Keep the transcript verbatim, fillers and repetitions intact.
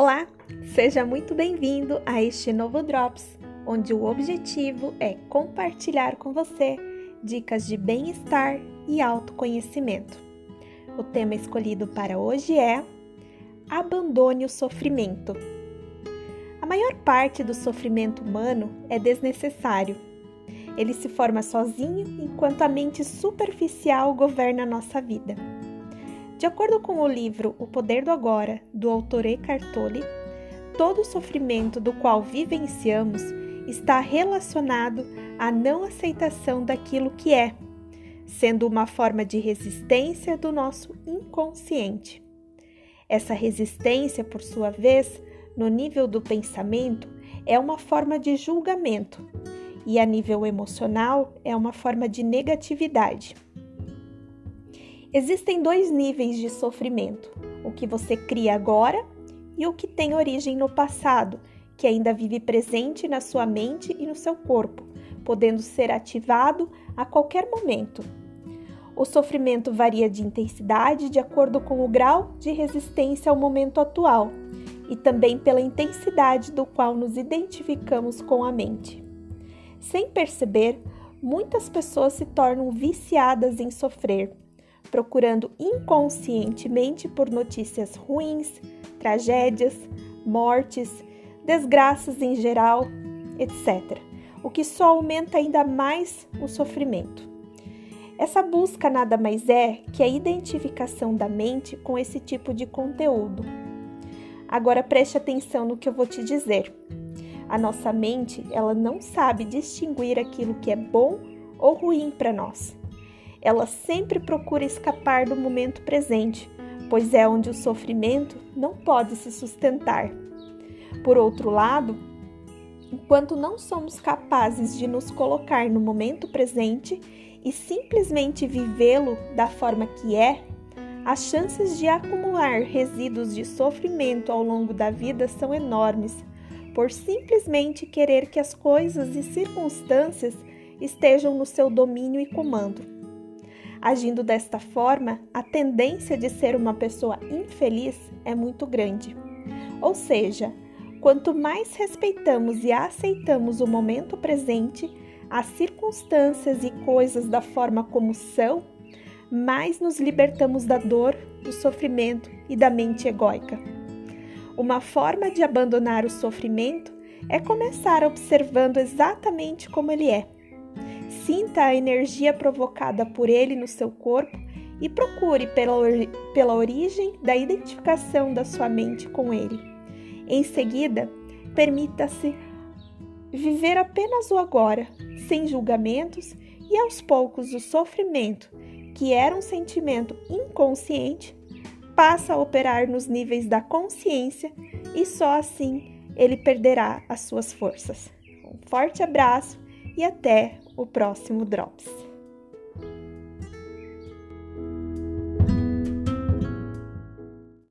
Olá, seja muito bem-vindo a este novo Drops, onde o objetivo é compartilhar com você dicas de bem-estar e autoconhecimento. O tema escolhido para hoje é Abandone o sofrimento. A maior parte do sofrimento humano é desnecessário. Ele se forma sozinho enquanto a mente superficial governa a nossa vida. De acordo com o livro O Poder do Agora, do autor Eckhart Tolle, todo sofrimento do qual vivenciamos está relacionado à não aceitação daquilo que é, sendo uma forma de resistência do nosso inconsciente. Essa resistência, por sua vez, no nível do pensamento, é uma forma de julgamento, e a nível emocional é uma forma de negatividade. Existem dois níveis de sofrimento, o que você cria agora e o que tem origem no passado, que ainda vive presente na sua mente e no seu corpo, podendo ser ativado a qualquer momento. O sofrimento varia de intensidade de acordo com o grau de resistência ao momento atual e também pela intensidade do qual nos identificamos com a mente. Sem perceber, muitas pessoas se tornam viciadas em sofrer, procurando inconscientemente por notícias ruins, tragédias, mortes, desgraças em geral, etcétera, o que só aumenta ainda mais o sofrimento. Essa busca nada mais é que a identificação da mente com esse tipo de conteúdo. Agora preste atenção no que eu vou te dizer. A nossa mente, ela não sabe distinguir aquilo que é bom ou ruim para nós. Ela sempre procura escapar do momento presente, pois é onde o sofrimento não pode se sustentar. Por outro lado, enquanto não somos capazes de nos colocar no momento presente e simplesmente vivê-lo da forma que é, as chances de acumular resíduos de sofrimento ao longo da vida são enormes, por simplesmente querer que as coisas e circunstâncias estejam no seu domínio e comando. Agindo desta forma, a tendência de ser uma pessoa infeliz é muito grande. Ou seja, quanto mais respeitamos e aceitamos o momento presente, as circunstâncias e coisas da forma como são, mais nos libertamos da dor, do sofrimento e da mente egóica. Uma forma de abandonar o sofrimento é começar observando exatamente como ele é. Sinta a energia provocada por ele no seu corpo e procure pela, or- pela origem da identificação da sua mente com ele. Em seguida, permita-se viver apenas o agora, sem julgamentos, e aos poucos o sofrimento, que era um sentimento inconsciente, passa a operar nos níveis da consciência e só assim ele perderá as suas forças. Um forte abraço e até o próximo Drops.